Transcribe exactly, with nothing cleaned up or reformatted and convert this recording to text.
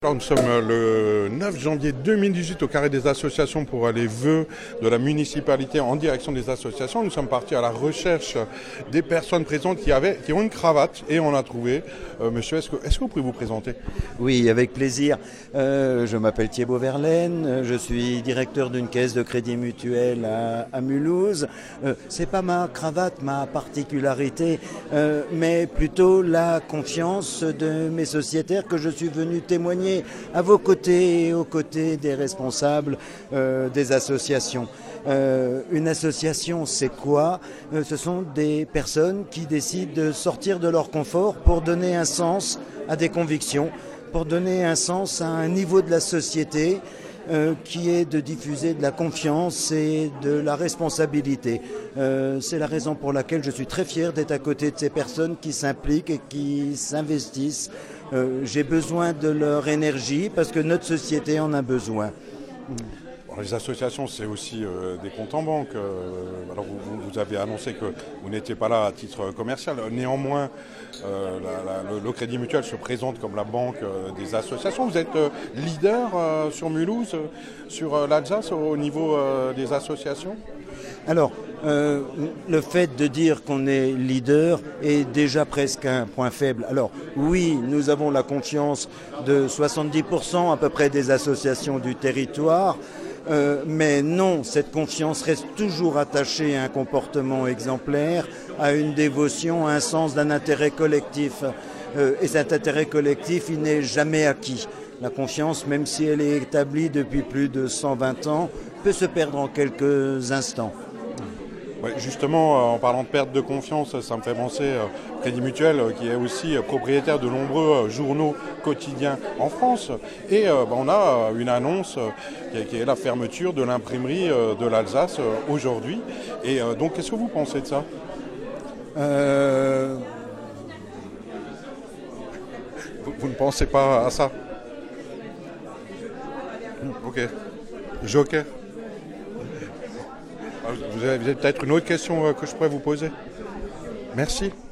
Alors, nous sommes le neuf janvier deux mille dix-huit au Carré des associations pour les vœux de la municipalité en direction des associations. Nous sommes partis à la recherche des personnes présentes qui, avaient, qui ont une cravate et on a trouvé. Euh, monsieur, est-ce que, est-ce que vous pouvez vous présenter ? Oui, avec plaisir. Euh, je m'appelle Thibaut Verlaine, je suis directeur d'une caisse de crédit mutuel à, à Mulhouse. Euh, c'est pas ma cravate, ma particularité, euh, mais plutôt la confiance de mes sociétaires que je suis venu témoigner à vos côtés et aux côtés des responsables euh, des associations. Euh, une association, c'est quoi ? euh, Ce sont des personnes qui décident de sortir de leur confort pour donner un sens à des convictions, pour donner un sens à un niveau de la société euh, qui est de diffuser de la confiance et de la responsabilité. Euh, c'est la raison pour laquelle je suis très fier d'être à côté de ces personnes qui s'impliquent et qui s'investissent. Euh, j'ai besoin de leur énergie parce que notre société en a besoin. Bon, les associations, c'est aussi euh, des comptes en banque. Euh, alors vous, vous avez annoncé que vous n'étiez pas là à titre commercial. Néanmoins, euh, la, la, le, le Crédit Mutuel se présente comme la banque euh, des associations. Vous êtes euh, leader euh, sur Mulhouse, euh, sur euh, l'Alsace au niveau euh, des associations ? Alors, euh, le fait de dire qu'on est leader est déjà presque un point faible. Alors, oui, nous avons la confiance de soixante-dix pour cent à peu près des associations du territoire, euh, mais non, cette confiance reste toujours attachée à un comportement exemplaire, à une dévotion, à un sens d'un intérêt collectif. Euh, et cet intérêt collectif, il n'est jamais acquis. La confiance, même si elle est établie depuis plus de cent vingt ans, peut se perdre en quelques instants. Ouais, justement, en parlant de perte de confiance, ça me fait penser euh, Crédit Mutuel, euh, qui est aussi euh, propriétaire de nombreux euh, journaux quotidiens en France. Et euh, bah, on a euh, une annonce euh, qui, est, qui est la fermeture de l'imprimerie euh, de l'Alsace euh, aujourd'hui. Et euh, donc, qu'est-ce que vous pensez de ça ? euh... vous, vous ne pensez pas à ça ? Ok. Joker. Vous avez peut-être une autre question que je pourrais vous poser ? Merci.